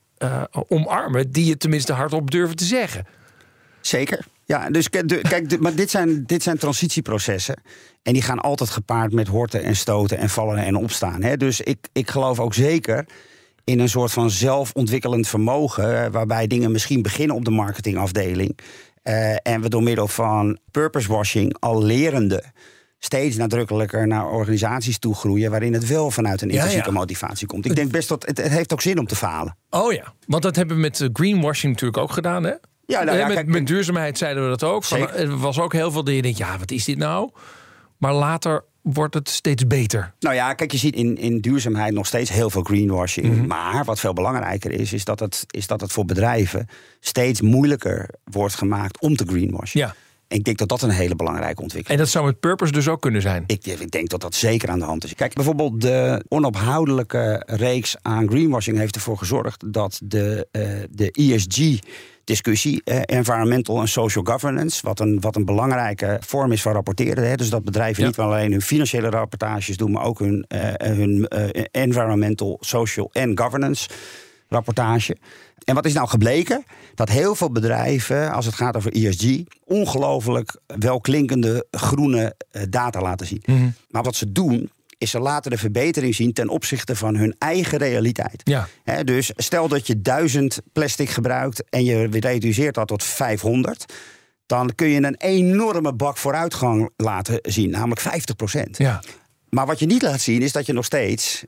omarmen die het tenminste hardop durven te zeggen. Zeker. Ja, dus kijk, maar dit zijn transitieprocessen. En die gaan altijd gepaard met horten en stoten en vallen en opstaan. Hè? Dus ik geloof ook zeker in een soort van zelfontwikkelend vermogen, waarbij dingen misschien beginnen op de marketingafdeling. En we door middel van purpose washing al lerende steeds nadrukkelijker naar organisaties toe groeien, waarin het wel vanuit een intrinsieke motivatie komt. Ik denk best dat het heeft ook zin om te falen. Oh ja, want dat hebben we met greenwashing natuurlijk ook gedaan, hè? Ja, met duurzaamheid zeiden we dat ook. Er was ook heel veel dat je denkt, wat is dit nou? Maar later wordt het steeds beter. Nou ja, kijk, je ziet in duurzaamheid nog steeds heel veel greenwashing. Maar wat veel belangrijker is dat het voor bedrijven steeds moeilijker wordt gemaakt om te greenwashen. Ja. En ik denk dat dat een hele belangrijke ontwikkeling is. En dat zou met purpose dus ook kunnen zijn? Ik denk dat dat zeker aan de hand is. Kijk, bijvoorbeeld de onophoudelijke reeks aan greenwashing heeft ervoor gezorgd dat de ESG-discussie, Environmental and Social Governance, wat een belangrijke vorm is van rapporteren. Hè, dus dat bedrijven niet alleen hun financiële rapportages doen, maar ook hun environmental, social en governance rapportage. En wat is nou gebleken? Dat heel veel bedrijven, als het gaat over ESG, ongelooflijk welklinkende groene data laten zien. Maar wat ze doen, is ze laten de verbetering zien ten opzichte van hun eigen realiteit. Ja. Dus stel dat je 1000 plastic gebruikt en je reduceert dat tot 500... dan kun je een enorme bak vooruitgang laten zien, namelijk 50%. Ja. Maar wat je niet laat zien is dat je nog steeds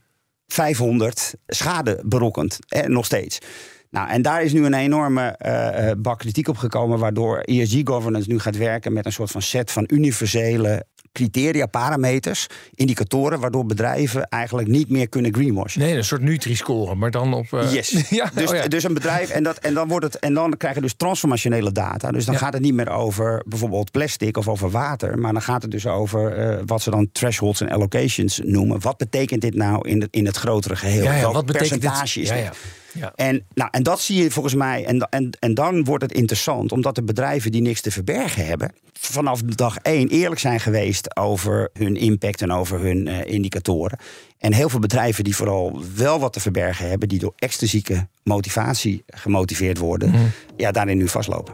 500 schade berokkent. Nog steeds. Nou, en daar is nu een enorme bak kritiek op gekomen, waardoor ESG-governance nu gaat werken met een soort van set van universele criteria, parameters, indicatoren, waardoor bedrijven eigenlijk niet meer kunnen greenwashen. Nee, een soort Nutri-score, maar dan op... Yes. Dus een bedrijf, en dan krijg je dus transformationele data. Dus dan gaat het niet meer over bijvoorbeeld plastic of over water, maar dan gaat het dus over wat ze dan thresholds en allocations noemen. Wat betekent dit nou in het grotere geheel? Wat percentage is dit? Ja. En dat zie je volgens mij. En dan wordt het interessant, omdat de bedrijven die niks te verbergen hebben, vanaf dag 1 eerlijk zijn geweest over hun impact en over hun indicatoren. En heel veel bedrijven die vooral wel wat te verbergen hebben, die door extrinsieke motivatie gemotiveerd worden, daarin nu vastlopen.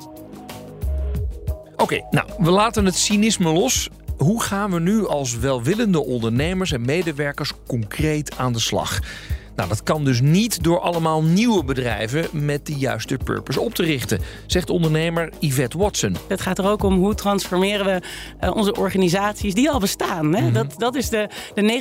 Oké, nou, we laten het cynisme los. Hoe gaan we nu als welwillende ondernemers en medewerkers concreet aan de slag? Nou, dat kan dus niet door allemaal nieuwe bedrijven met de juiste purpose op te richten, zegt ondernemer Yvette Watson. Het gaat er ook om hoe transformeren we onze organisaties die al bestaan. Hè? Mm-hmm. Dat is de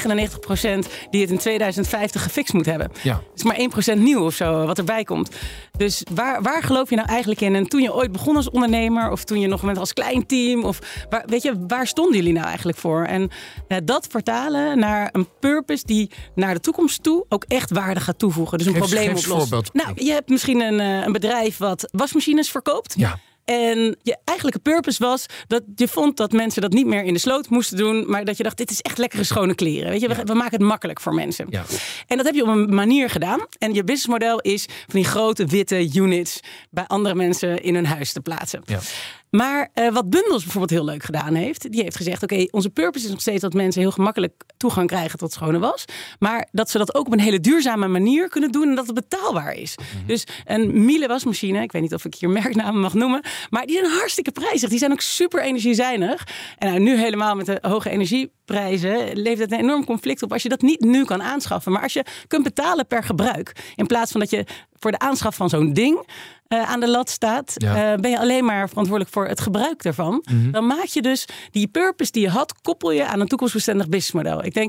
99% die het in 2050 gefixt moet hebben. Ja. Het is maar 1% nieuw of zo wat erbij komt. Dus waar geloof je nou eigenlijk in? En toen je ooit begon als ondernemer of toen je nog met als klein team, of waar stonden jullie nou eigenlijk voor? En dat vertalen naar een purpose die naar de toekomst toe ook echt waarde gaat toevoegen. Dus een probleem oplost. Voorbeeld. Nou, je hebt misschien een bedrijf wat wasmachines verkoopt. Ja. En je eigenlijke purpose was dat je vond dat mensen dat niet meer in de sloot moesten doen, maar dat je dacht, dit is echt lekkere schone kleren. Weet je, we maken het makkelijk voor mensen. Ja. En dat heb je op een manier gedaan. En je businessmodel is van die grote witte units bij andere mensen in hun huis te plaatsen. Ja. Maar wat Bundels bijvoorbeeld heel leuk gedaan heeft, die heeft gezegd, oké, onze purpose is nog steeds dat mensen heel gemakkelijk toegang krijgen tot schone was, maar dat ze dat ook op een hele duurzame manier kunnen doen en dat het betaalbaar is. Mm-hmm. Dus een Miele wasmachine, ik weet niet of ik hier merknamen mag noemen, maar die zijn hartstikke prijzig. Die zijn ook super energiezuinig. En nou, nu helemaal met de hoge energieprijzen levert het een enorm conflict op als je dat niet nu kan aanschaffen. Maar als je kunt betalen per gebruik, in plaats van dat je voor de aanschaf van zo'n ding aan de lat staat, ben je alleen maar verantwoordelijk voor het gebruik daarvan. Mm-hmm. Dan maak je dus die purpose die je had, koppel je aan een toekomstbestendig businessmodel. Ik denk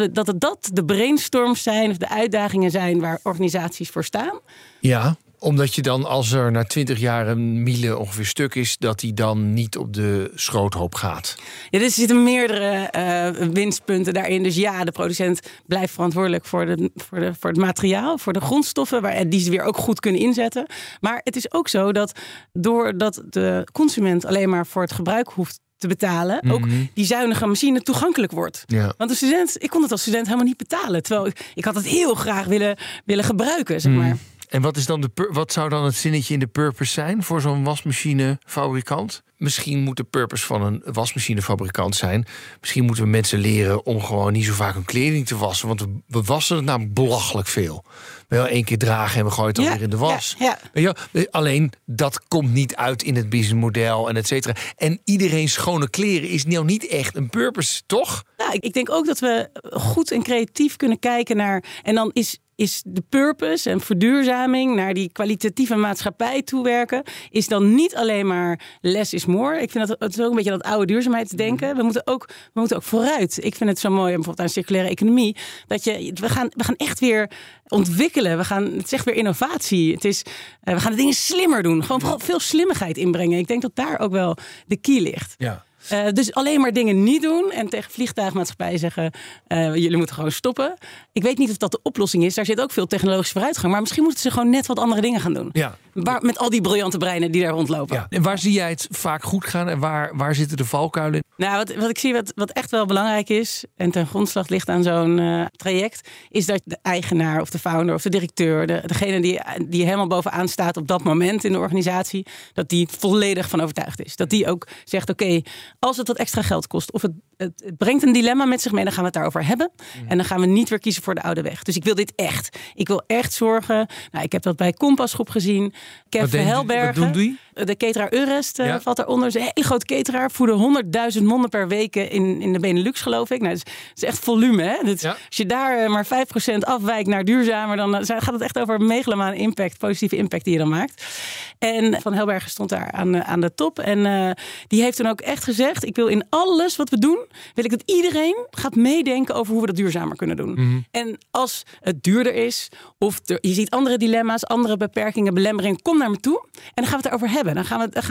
dat de brainstorms zijn of de uitdagingen zijn waar organisaties voor staan. Ja, omdat je dan, als er na 20 jaar een Miele ongeveer stuk is, dat die dan niet op de schroothoop gaat. Ja, er zitten meerdere winstpunten daarin. Dus ja, de producent blijft verantwoordelijk voor het materiaal, voor de grondstoffen, die ze weer ook goed kunnen inzetten. Maar het is ook zo dat doordat de consument alleen maar voor het gebruik hoeft te betalen, ook die zuinige machine toegankelijk wordt. Ja. Want ik kon het als student helemaal niet betalen. Terwijl ik had het heel graag willen gebruiken, zeg maar. En wat zou dan het zinnetje in de purpose zijn voor zo'n wasmachinefabrikant? Misschien moet de purpose van een wasmachinefabrikant zijn, misschien moeten we mensen leren om gewoon niet zo vaak hun kleding te wassen. Want we wassen het namelijk belachelijk veel. Wel 1 keer dragen en we gooien het dan weer in de was. Ja. Alleen, dat komt niet uit in het businessmodel en et cetera. En iedereen schone kleren is nou niet echt een purpose, toch? Nou, ik denk ook dat we goed en creatief kunnen kijken naar, en dan is de purpose en verduurzaming naar die kwalitatieve maatschappij toewerken, is dan niet alleen maar less is more. Ik vind dat het is ook een beetje dat oude duurzaamheidsdenken. We moeten ook vooruit. Ik vind het zo mooi, bijvoorbeeld aan circulaire economie, dat we gaan echt weer ontwikkelen. Het is echt weer innovatie. We gaan de dingen slimmer doen. Gewoon vooral veel slimmigheid inbrengen. Ik denk dat daar ook wel de key ligt. Ja. Dus alleen maar dingen niet doen en tegen vliegtuigmaatschappijen zeggen, jullie moeten gewoon stoppen. Ik weet niet of dat de oplossing is. Daar zit ook veel technologische vooruitgang. Maar misschien moeten ze gewoon net wat andere dingen gaan doen. Ja. Met al die briljante breinen die daar rondlopen. Ja. En waar zie jij het vaak goed gaan en waar zitten de valkuilen in? Nou, wat ik zie, wat echt wel belangrijk is en ten grondslag ligt aan zo'n traject, is dat de eigenaar of de founder of de directeur, degene die helemaal bovenaan staat op dat moment in de organisatie, dat die volledig van overtuigd is. Dat die ook zegt, oké, als het wat extra geld kost of het brengt een dilemma met zich mee, dan gaan we het daarover hebben. En dan gaan we niet weer kiezen voor de oude weg. Dus ik wil dit echt. Ik wil echt zorgen. Nou, ik heb dat bij Kompas Groep gezien. Kev Helbergen. Wat doen die? De cateraar Eurest valt daaronder. Het is een hele grote cateraar. Voeden 100.000 monden per week in de Benelux, geloof ik. Nou, dat is echt volume. Hè? Als je daar maar 5% afwijkt naar duurzamer, dan gaat het echt over megalomane impact, positieve impact die je dan maakt. En Van Helbergen stond daar aan de top. En die heeft dan ook echt gezegd, ik wil in alles wat we doen, wil ik dat iedereen gaat meedenken over hoe we dat duurzamer kunnen doen. Mm-hmm. En als het duurder is, of je ziet andere dilemma's, andere beperkingen, belemmeringen, kom naar me toe. En dan gaan we het erover hebben. Dan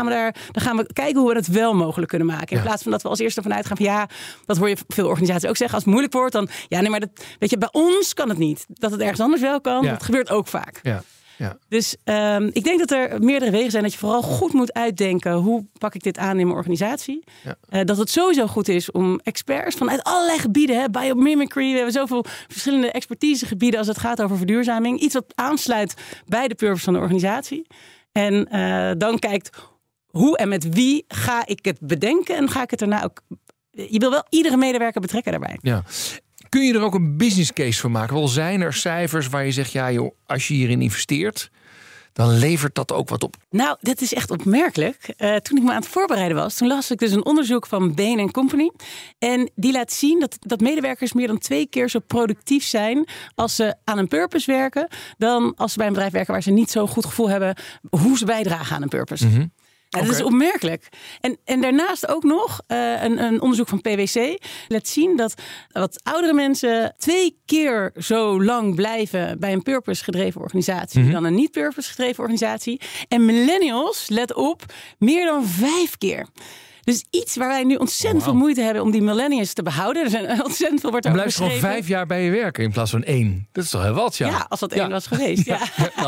gaan we kijken hoe we het wel mogelijk kunnen maken. In plaats van dat we als eerste vanuit gaan van dat hoor je veel organisaties ook zeggen. Als het moeilijk wordt, dan maar weet je, bij ons kan het niet. Dat het ergens anders wel kan, dat gebeurt ook vaak. Ja. Ja. Dus ik denk dat er meerdere wegen zijn dat je vooral goed moet uitdenken, hoe pak ik dit aan in mijn organisatie? Ja. Dat het sowieso goed is om experts vanuit allerlei gebieden, biomimicry, we hebben zoveel verschillende expertisegebieden als het gaat over verduurzaming, iets wat aansluit bij de purpose van de organisatie. En dan kijkt hoe en met wie ga ik het bedenken en ga ik het daarna ook. Je wil wel iedere medewerker betrekken daarbij. Ja. Kun je er ook een business case van maken? Wel, zijn er cijfers waar je zegt, als je hierin investeert, dan levert dat ook wat op. Nou, dat is echt opmerkelijk. Toen ik me aan het voorbereiden was, toen las ik dus een onderzoek van Bain & Company. En die laat zien dat medewerkers meer dan 2 keer zo productief zijn als ze aan een purpose werken, dan als ze bij een bedrijf werken waar ze niet zo'n goed gevoel hebben hoe ze bijdragen aan een purpose. Mm-hmm. Ja, dat is opmerkelijk. En daarnaast ook nog een onderzoek van PwC laat zien dat wat oudere mensen 2 keer zo lang blijven bij een purpose-gedreven organisatie dan een niet-purpose-gedreven organisatie. En millennials, let op, meer dan 5 keer. Dus iets waar wij nu ontzettend veel moeite hebben om die millennials te behouden. Er zijn ontzettend veel wordt over geschreven. Blijf gewoon 5 jaar bij je werken in plaats van 1. Dat is toch heel wat, ja? Ja, als dat 1 was geweest, ja.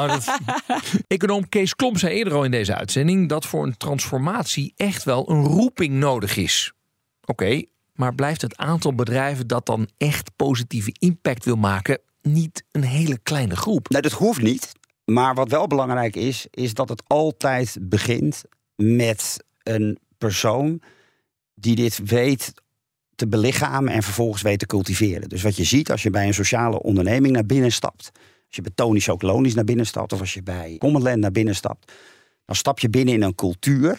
Econoom Kees Klomp zei eerder al in deze uitzending dat voor een transformatie echt wel een roeping nodig is. Oké, maar blijft het aantal bedrijven dat dan echt positieve impact wil maken niet een hele kleine groep? Nee, dat hoeft niet. Maar wat wel belangrijk is dat het altijd begint met een persoon die dit weet te belichamen en vervolgens weet te cultiveren. Dus wat je ziet als je bij een sociale onderneming naar binnen stapt, als je bij Tony Chocolonely naar binnen stapt of als je bij Commonland naar binnen stapt, dan stap je binnen in een cultuur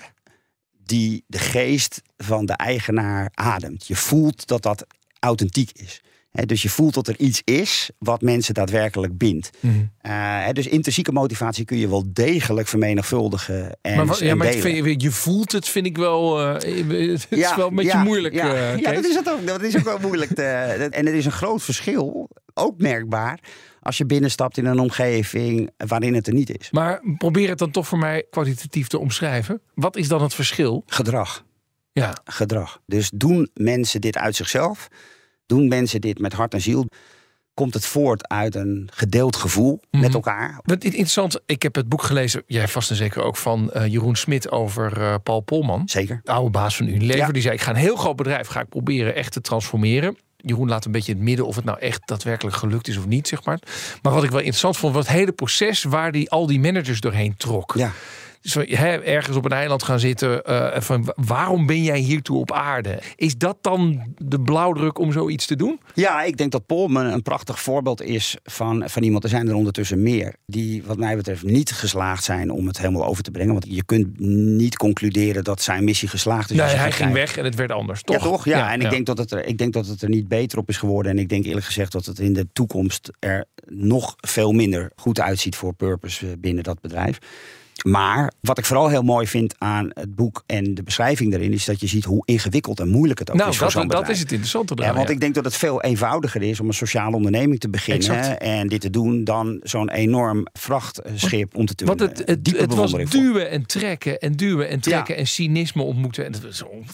die de geest van de eigenaar ademt. Je voelt dat dat authentiek is. Dus je voelt dat er iets is wat mensen daadwerkelijk bindt. Dus intrinsieke motivatie kun je wel degelijk vermenigvuldigen en delen. Je voelt het, vind ik wel. Het is wel een beetje moeilijk. Dat is ook wel moeilijk. En er is een groot verschil, ook merkbaar, als je binnenstapt in een omgeving waarin het er niet is. Maar probeer het dan toch voor mij kwalitatief te omschrijven. Wat is dan het verschil? Gedrag. Ja. Gedrag. Dus doen mensen dit uit zichzelf? Doen mensen dit met hart en ziel? Komt het voort uit een gedeeld gevoel met elkaar? Wat interessant, ik heb het boek gelezen, jij vast en zeker ook, van Jeroen Smit over Paul Polman. Zeker. De oude baas van Unilever. Ja. Die zei, ik ga een heel groot bedrijf proberen echt te transformeren. Jeroen laat een beetje in het midden of het nou echt daadwerkelijk gelukt is of niet, zeg maar. Maar wat ik wel interessant vond, was het hele proces waar die al die managers doorheen trok. Ja. Dus ergens op een eiland gaan zitten. Van waarom ben jij hiertoe op aarde? Is dat dan de blauwdruk om zoiets te doen? Ja, ik denk dat Polman een prachtig voorbeeld is van iemand. Er zijn er ondertussen meer die wat mij betreft niet geslaagd zijn om het helemaal over te brengen. Want je kunt niet concluderen dat zijn missie geslaagd is. Nee, hij ging weg en het werd anders, toch? Ja, toch? Ja, en ik denk dat het er niet beter op is geworden. En ik denk eerlijk gezegd dat het in de toekomst er nog veel minder goed uitziet voor Purpose binnen dat bedrijf. Maar wat ik vooral heel mooi vind aan het boek en de beschrijving daarin is dat je ziet hoe ingewikkeld en moeilijk het ook is voor zo'n bedrijf. Dat is het interessante. Want ik denk dat het veel eenvoudiger is om een sociale onderneming te beginnen en dit te doen dan zo'n enorm vrachtschip om te doen. Want het was duwen en trekken en cynisme ontmoeten. En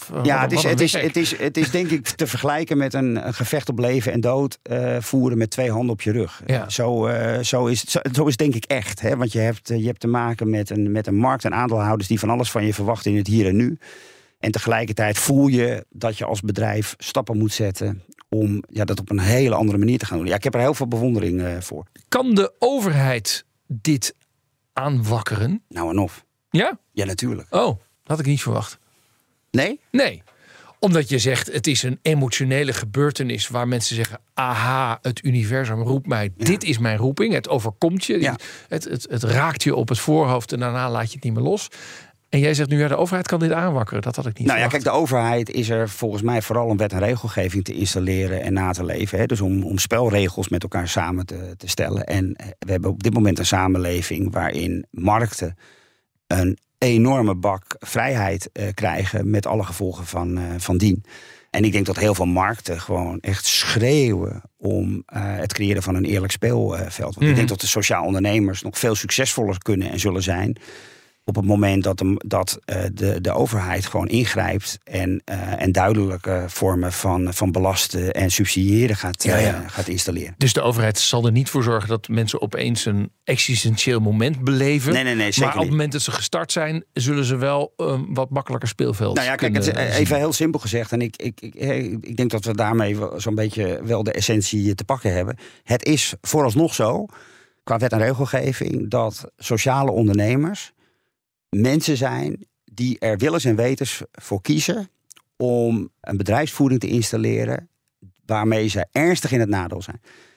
het is denk ik te vergelijken met een gevecht op leven en dood voeren met 2 handen op je rug. Ja. Zo is denk ik echt. Hè? Want je hebt te maken met een markt en aandeelhouders die van alles van je verwachten in het hier en nu. En tegelijkertijd voel je dat je als bedrijf stappen moet zetten om dat op een hele andere manier te gaan doen. Ja, ik heb er heel veel bewondering voor. Kan de overheid dit aanwakkeren? Nou en of. Ja? Ja, natuurlijk. Oh, dat had ik niet verwacht. Nee? Nee. Omdat je zegt, het is een emotionele gebeurtenis waar mensen zeggen, aha, het universum roept mij, dit is mijn roeping. Het overkomt je, het raakt je op het voorhoofd en daarna laat je het niet meer los. En jij zegt nu, de overheid kan dit aanwakkeren. Dat had ik niet verwacht. Kijk, de overheid is er volgens mij vooral om wet en regelgeving te installeren en na te leven. Hè? Dus om spelregels met elkaar samen te stellen. En we hebben op dit moment een samenleving waarin markten een enorme bak vrijheid krijgen met alle gevolgen van dien. En ik denk dat heel veel markten gewoon echt schreeuwen om het creëren van een eerlijk speelveld. Want ik denk dat de sociaal ondernemers nog veel succesvoller kunnen en zullen zijn op het moment dat de overheid gewoon ingrijpt en duidelijke vormen van belasten en subsidiëren gaat installeren. Dus de overheid zal er niet voor zorgen dat mensen opeens een existentieel moment beleven. Nee, zeker maar op het moment dat ze gestart zijn, zullen ze wel wat makkelijker speelveld even heel simpel gezegd. En ik denk dat we daarmee zo'n beetje wel de essentie te pakken hebben. Het is vooralsnog zo, qua wet en regelgeving, dat sociale ondernemers mensen zijn die er willens en wetens voor kiezen om een bedrijfsvoering te installeren waarmee ze ernstig in het nadeel zijn.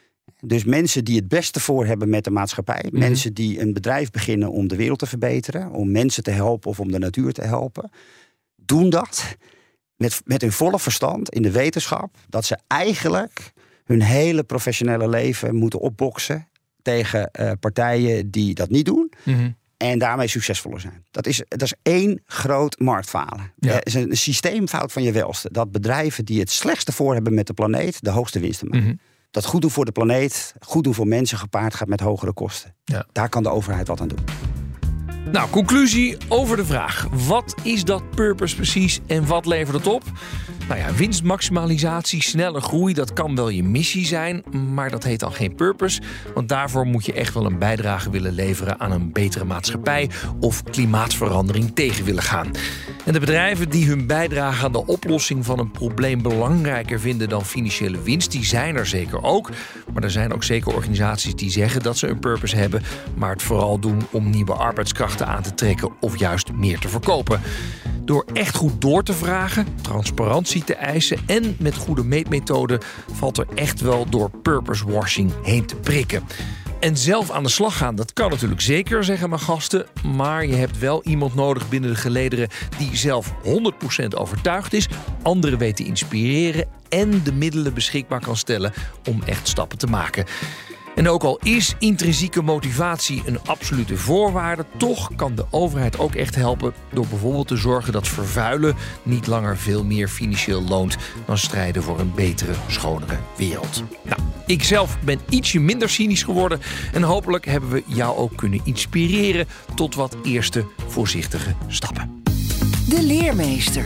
Dus mensen die het beste voor hebben met de maatschappij. Mensen die een bedrijf beginnen om de wereld te verbeteren. Om mensen te helpen of om de natuur te helpen. Doen dat met hun volle verstand in de wetenschap. Dat ze eigenlijk hun hele professionele leven moeten opboksen tegen partijen die dat niet doen. En daarmee succesvoller zijn. Dat is één groot marktfalen. Ja. Het is een systeemfout van je welste. Dat bedrijven die het slechtste voor hebben met de planeet de hoogste winsten maken. Dat goed doen voor de planeet, goed doen voor mensen gepaard gaat met hogere kosten. Ja. Daar kan de overheid wat aan doen. Nou, conclusie over de vraag. Wat is dat purpose precies en wat levert het op? Nou ja, winstmaximalisatie, snelle groei, dat kan wel je missie zijn. Maar dat heet dan geen purpose. Want daarvoor moet je echt wel een bijdrage willen leveren aan een betere maatschappij of klimaatverandering tegen willen gaan. En de bedrijven die hun bijdrage aan de oplossing van een probleem belangrijker vinden dan financiële winst, die zijn er zeker ook. Maar er zijn ook zeker organisaties die zeggen dat ze een purpose hebben, maar het vooral doen om nieuwe arbeidskrachten aan te trekken of juist meer te verkopen. Door echt goed door te vragen, transparantie te eisen en met goede meetmethoden valt er echt wel door purpose washing heen te prikken. En zelf aan de slag gaan, dat kan natuurlijk zeker, zeggen mijn gasten. Maar je hebt wel iemand nodig binnen de gelederen die zelf 100% overtuigd is, anderen weet te inspireren en de middelen beschikbaar kan stellen om echt stappen te maken. En ook al is intrinsieke motivatie een absolute voorwaarde, toch kan de overheid ook echt helpen door bijvoorbeeld te zorgen dat vervuilen niet langer veel meer financieel loont dan strijden voor een betere, schonere wereld. Nou, ik zelf ben ietsje minder cynisch geworden en hopelijk hebben we jou ook kunnen inspireren tot wat eerste voorzichtige stappen. De leermeester.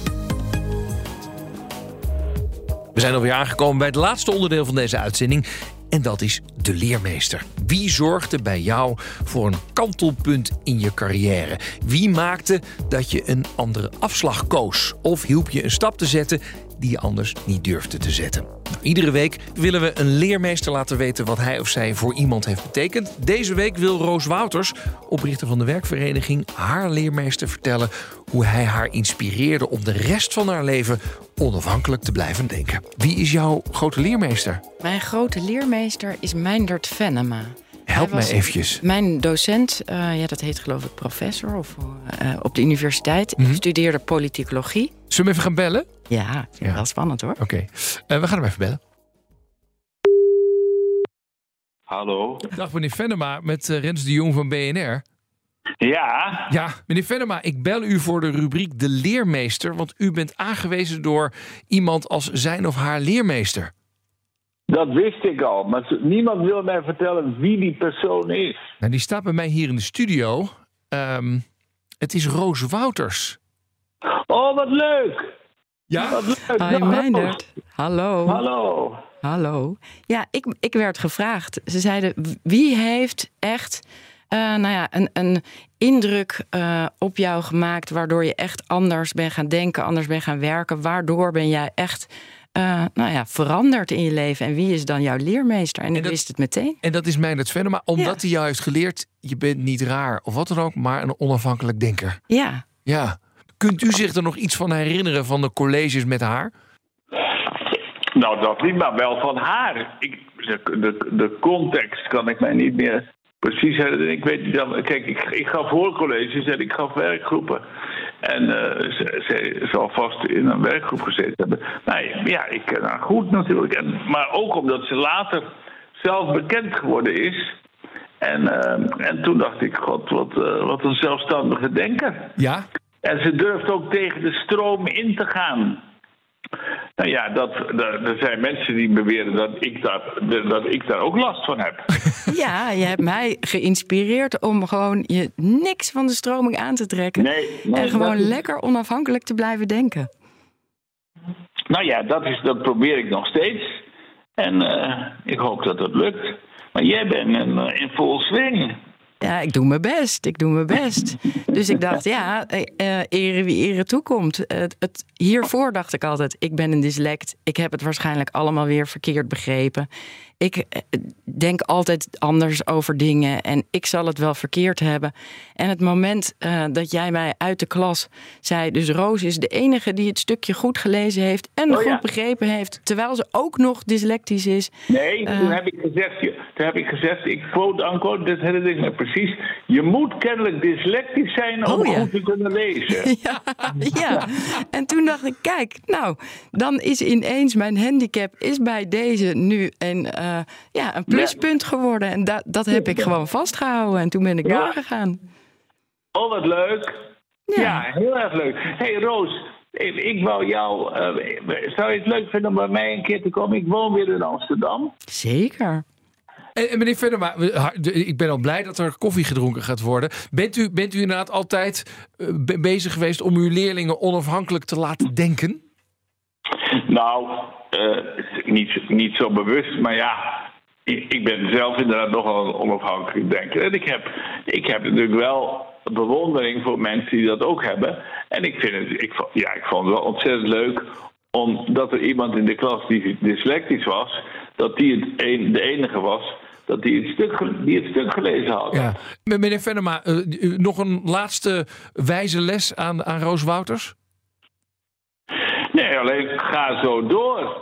We zijn alweer aangekomen bij het laatste onderdeel van deze uitzending. En dat is de leermeester. Wie zorgde bij jou voor een kantelpunt in je carrière? Wie maakte dat je een andere afslag koos? Of hielp je een stap te zetten die je anders niet durfde te zetten? Nou, iedere week willen we een leermeester laten weten wat hij of zij voor iemand heeft betekend. Deze week wil Roos Wouters, oprichter van de werkvereniging, haar leermeester vertellen hoe hij haar inspireerde om de rest van haar leven onafhankelijk te blijven denken. Wie is jouw grote leermeester? Mijn grote leermeester is Meindert Venema. Help mij eventjes. Mijn docent, dat heet geloof ik professor op de universiteit. Ik studeerde politicologie. Zullen we hem even gaan bellen? Ja, vind ik wel spannend hoor. Oké. We gaan hem even bellen. Hallo. Dag meneer Venema, met Rens de Jong van BNR. Ja? Ja, meneer Venema, ik bel u voor de rubriek De Leermeester, want u bent aangewezen door iemand als zijn of haar leermeester. Dat wist ik al, maar niemand wil mij vertellen wie die persoon is. Nou, die staat bij mij hier in de studio. Het is Roos Wouters. Oh, wat leuk! Ja? Wat leuk. Hi Meindert. Hallo. Hallo. Hallo. Ja, ik werd gevraagd. Ze zeiden, wie heeft echt een indruk op jou gemaakt, waardoor je echt anders bent gaan denken, anders bent gaan werken. Waardoor ben jij echt veranderd in je leven. En wie is dan jouw leermeester? En ik wist het meteen. En dat is Meindert Venema, omdat hij jou heeft geleerd, je bent niet raar of wat dan ook, maar een onafhankelijk denker. Ja. Ja. Kunt u zich er nog iets van herinneren van de colleges met haar? Nou, dat niet, maar wel van haar. De context kan ik mij niet meer precies herinneren. Ik weet niet dan. Kijk, ik gaf hoorcolleges en ik gaf werkgroepen. En zij zal vast in een werkgroep gezeten hebben. Nou ja, ik ken haar goed natuurlijk. Maar ook omdat ze later zelf bekend geworden is. En toen dacht ik, god, wat een zelfstandige denker. Ja? En ze durft ook tegen de stroom in te gaan. Nou ja, er zijn mensen die beweren dat ik daar ook last van heb. Ja, je hebt mij geïnspireerd om gewoon je niks van de stroming aan te trekken. Nee, en gewoon lekker onafhankelijk te blijven denken. Nou ja, dat probeer ik nog steeds. En ik hoop dat het lukt. Maar jij bent in full swing. Ja, ik doe mijn best. Dus ik dacht, ere wie ere toekomt. Hiervoor dacht ik altijd, ik ben een dyslect. Ik heb het waarschijnlijk allemaal weer verkeerd begrepen. ik denk altijd anders over dingen en ik zal het wel verkeerd hebben. En het moment dat jij mij uit de klas zei, dus Roos is de enige die het stukje goed gelezen heeft en goed begrepen heeft, terwijl ze ook nog dyslectisch is. Nee, toen heb ik gezegd, ik quote-unquote, dat herinner ik me precies, je moet kennelijk dyslectisch zijn om goed te kunnen lezen. Ja, en toen dacht ik, kijk, nou, dan is ineens mijn handicap is bij deze nu een pluspunt geworden. En dat heb ik gewoon vastgehouden. En toen ben ik doorgegaan. Oh, wat leuk. Ja, heel erg leuk. Hey Roos, ik wou jou... zou je het leuk vinden om bij mij een keer te komen? Ik woon weer in Amsterdam. Zeker. En meneer Venema, ik ben al blij dat er koffie gedronken gaat worden. Bent u inderdaad altijd bezig geweest om uw leerlingen onafhankelijk te laten denken? Nou, niet zo bewust, maar ja, ik ben zelf inderdaad nogal een onafhankelijk denker. En ik heb natuurlijk wel bewondering voor mensen die dat ook hebben. En ik vond het wel ontzettend leuk, omdat er iemand in de klas die dyslectisch was, dat die de enige was, dat die het stuk gelezen had. Ja. Meneer Venema, nog een laatste wijze les aan Roos Wouters? Nee, alleen ga zo door.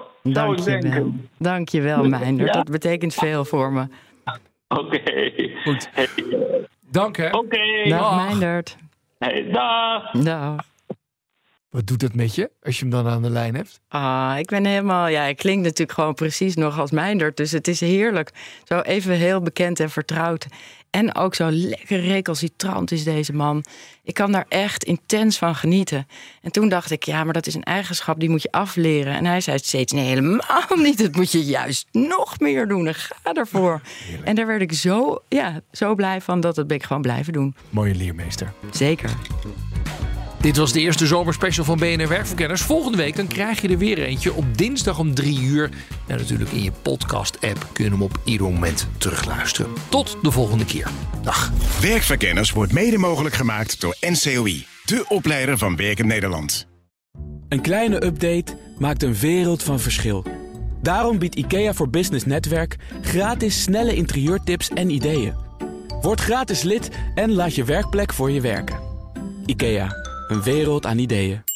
Dank je wel, Meindert. Dat betekent veel voor me. Oké. Goed. Hey. Dank, hè. Oké. Dag, Meindert. Hey, dag. Dag. Wat doet dat met je, als je hem dan aan de lijn hebt? Ik ben helemaal... Ja, ik klink natuurlijk gewoon precies nog als Meindert. Dus het is heerlijk. Zo even heel bekend en vertrouwd. En ook zo lekker recalcitrant is deze man. Ik kan daar echt intens van genieten. En toen dacht ik, ja, maar dat is een eigenschap, die moet je afleren. En hij zei steeds, nee, helemaal niet. Dat moet je juist nog meer doen. En ga ervoor. Heerlijk. En daar werd ik zo blij van, dat ben ik gewoon blijven doen. Mooie leermeester. Zeker. Dit was de eerste zomerspecial van BNR Werkverkenners. Volgende week dan krijg je er weer eentje op dinsdag om 3:00. En natuurlijk in je podcast-app kun je hem op ieder moment terugluisteren. Tot de volgende keer. Dag. Werkverkenners wordt mede mogelijk gemaakt door NCOI, de opleider van Werkend Nederland. Een kleine update maakt een wereld van verschil. Daarom biedt IKEA voor Business Netwerk gratis snelle interieurtips en ideeën. Word gratis lid en laat je werkplek voor je werken. IKEA, een wereld aan ideeën.